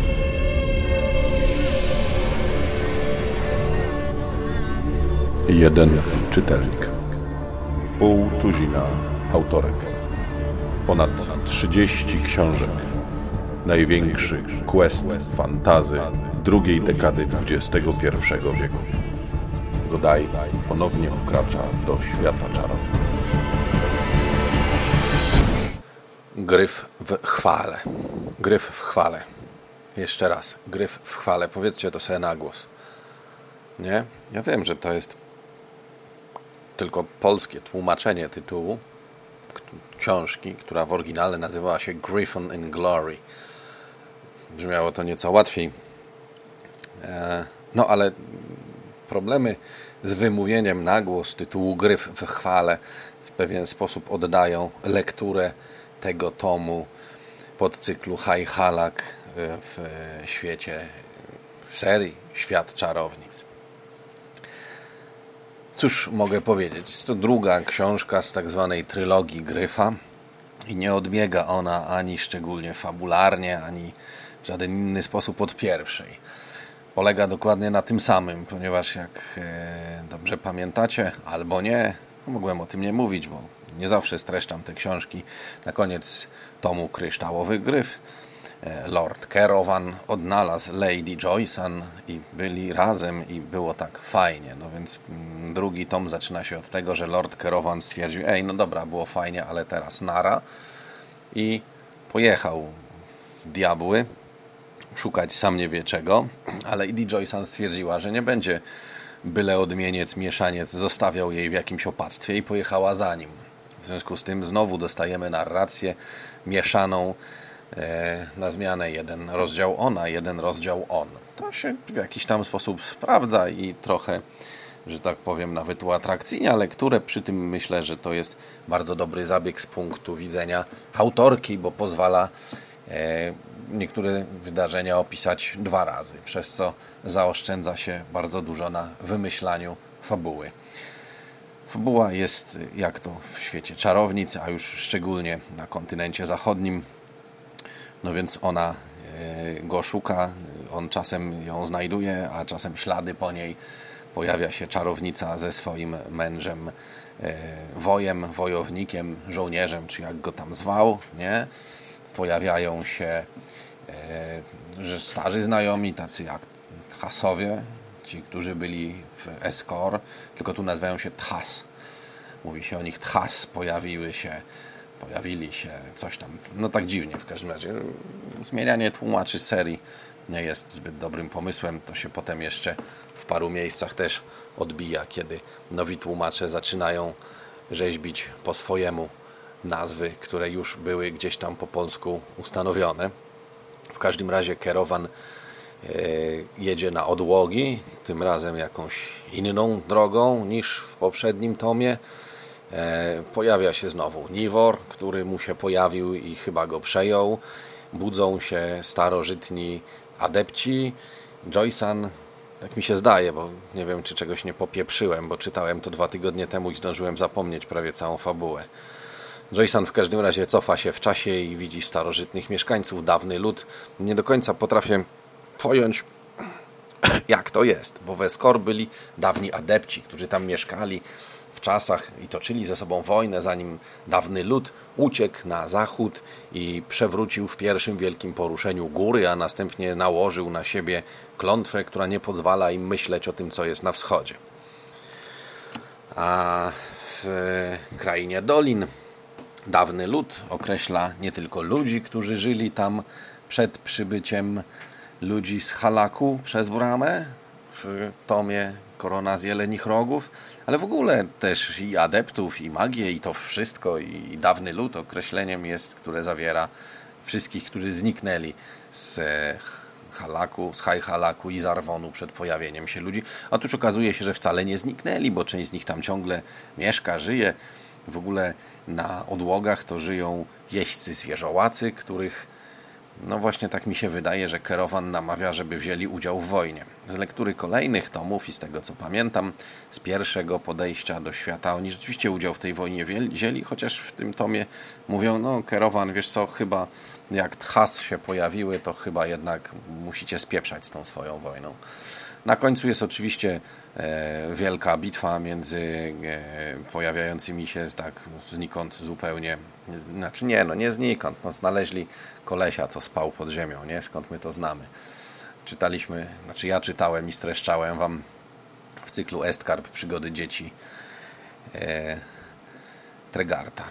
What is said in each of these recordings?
Jeden czytelnik, pół tuzina autorek, ponad 30 książek, największy quest fantazy drugiej dekady XXI wieku. Godaj ponownie wkracza do świata czarów. Gryf w chwale. Gryf w chwale. Jeszcze raz. Gryf w chwale. Powiedzcie to sobie na głos. Nie? Ja wiem, że to jest tylko polskie tłumaczenie tytułu książki, która w oryginale nazywała się Griffon in Glory. Brzmiało to nieco łatwiej. No ale problemy z wymówieniem na głos tytułu Gryf w chwale w pewien sposób oddają lekturę tego tomu podcyklu High Halak w świecie, w serii Świat Czarownic. Cóż mogę powiedzieć? Jest to druga książka z tak zwanej trylogii Gryfa i nie odbiega ona ani szczególnie fabularnie, ani w żaden inny sposób od pierwszej. Polega dokładnie na tym samym, ponieważ jak dobrze pamiętacie, albo nie, mogłem o tym nie mówić, bo nie zawsze streszczam te książki. Na koniec tomu Kryształowy Gryf Lord Kerovan odnalazł Lady Joysan i byli razem i było tak fajnie. No więc drugi tom zaczyna się od tego, że Lord Kerovan stwierdził: no dobra, było fajnie, ale teraz nara. I pojechał w diabły szukać sam nie wie czego, ale Lady Joysan stwierdziła, że nie będzie byle odmieniec, mieszaniec zostawiał jej w jakimś opactwie i pojechała za nim. W związku z tym znowu dostajemy narrację mieszaną, na zmianę jeden rozdział ona, jeden rozdział on. To się w jakiś tam sposób sprawdza i trochę, że tak powiem, nawet uatrakcyjnia lekturę. Przy tym myślę, że to jest bardzo dobry zabieg z punktu widzenia autorki, bo pozwala niektóre wydarzenia opisać dwa razy, przez co zaoszczędza się bardzo dużo na wymyślaniu fabuły. Fabuła jest jak to w świecie czarownic, a już szczególnie na kontynencie zachodnim. No więc ona go szuka, on czasem ją znajduje, a czasem ślady po niej. Pojawia się czarownica ze swoim mężem, wojownikiem, żołnierzem, czy jak go tam zwał, nie? Pojawiają się że starzy znajomi, tacy jak Tchasowie, ci, którzy byli w Escor, tylko tu nazywają się Tchas. Mówi się o nich Tchas, pojawili się, coś tam, no tak dziwnie w każdym razie. Zmienianie tłumaczy serii nie jest zbyt dobrym pomysłem, to się potem jeszcze w paru miejscach też odbija, kiedy nowi tłumacze zaczynają rzeźbić po swojemu nazwy, które już były gdzieś tam po polsku ustanowione. W każdym razie Kerovan jedzie na odłogi, tym razem jakąś inną drogą niż w poprzednim tomie. Pojawia się znowu Nivor, który mu się pojawił i chyba go przejął. Budzą się starożytni adepci. Joysan, tak mi się zdaje, bo nie wiem, czy czegoś nie popieprzyłem, bo czytałem to 2 tygodnie temu i zdążyłem zapomnieć prawie całą fabułę. Joysan w każdym razie cofa się w czasie i widzi starożytnych mieszkańców, dawny lud. Nie do końca potrafię pojąć, jak to jest, bo w Escor byli dawni adepci, którzy tam mieszkali w czasach i toczyli ze sobą wojnę, zanim dawny lud uciekł na zachód i przewrócił w pierwszym wielkim poruszeniu góry, a następnie nałożył na siebie klątwę, która nie pozwala im myśleć o tym, co jest na wschodzie. A w krainie dolin dawny lud określa nie tylko ludzi, którzy żyli tam przed przybyciem ludzi z Halaku przez bramę w tomie Korona z Jelenich Rogów, ale w ogóle też i adeptów, i magię, i to wszystko, i dawny lud określeniem jest, które zawiera wszystkich, którzy zniknęli z Halaku, z High Halaku i Zarwonu przed pojawieniem się ludzi. A tuż okazuje się, że wcale nie zniknęli, bo część z nich tam ciągle mieszka, żyje. W ogóle na odłogach to żyją jeźdźcy zwierzołacy, których No właśnie tak mi się wydaje, że Kerowan namawia, żeby wzięli udział w wojnie. Z lektury kolejnych tomów i z tego co pamiętam, z pierwszego podejścia do świata, oni rzeczywiście udział w tej wojnie wzięli, chociaż w tym tomie mówią, no Kerowan, wiesz co, chyba jak Thas się pojawiły, to chyba jednak musicie spieprzać z tą swoją wojną. Na końcu jest oczywiście wielka bitwa między pojawiającymi się tak znikąd zupełnie, znaczy nie znikąd, no znaleźli kolesia, co spał pod ziemią, nie? Skąd my to znamy. Czytaliśmy, znaczy ja czytałem i streszczałem wam w cyklu Estkarp przygody dzieci Tregarta.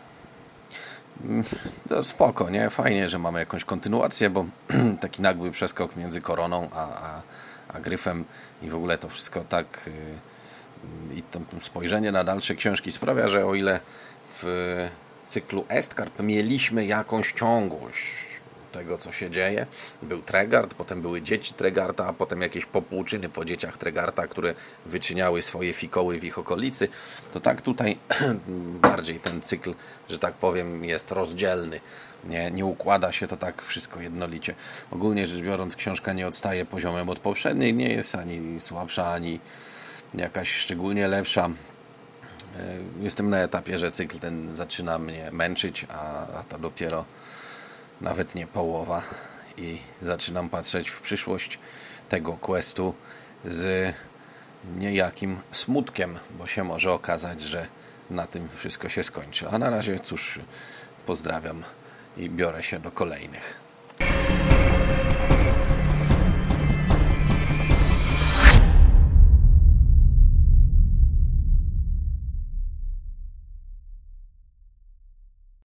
To spoko, nie? Fajnie, że mamy jakąś kontynuację, bo taki nagły przeskok między Koroną a Gryfem i w ogóle to wszystko tak i to spojrzenie na dalsze książki sprawia, że o ile w cyklu Estkarp mieliśmy jakąś ciągłość tego, co się dzieje. Był Tregart, potem były dzieci Tregarta, a potem jakieś popłuczyny po dzieciach Tregarta, które wyczyniały swoje fikoły w ich okolicy. To tak tutaj bardziej ten cykl, że tak powiem, jest rozdzielny. Nie układa się to tak wszystko jednolicie. Ogólnie rzecz biorąc, książka nie odstaje poziomem od poprzedniej, nie jest ani słabsza, ani jakaś szczególnie lepsza. Jestem na etapie, że cykl ten zaczyna mnie męczyć, a to dopiero nawet nie połowa i zaczynam patrzeć w przyszłość tego questu z niejakim smutkiem, bo się może okazać, że na tym wszystko się skończy. A na razie cóż, pozdrawiam i biorę się do kolejnych.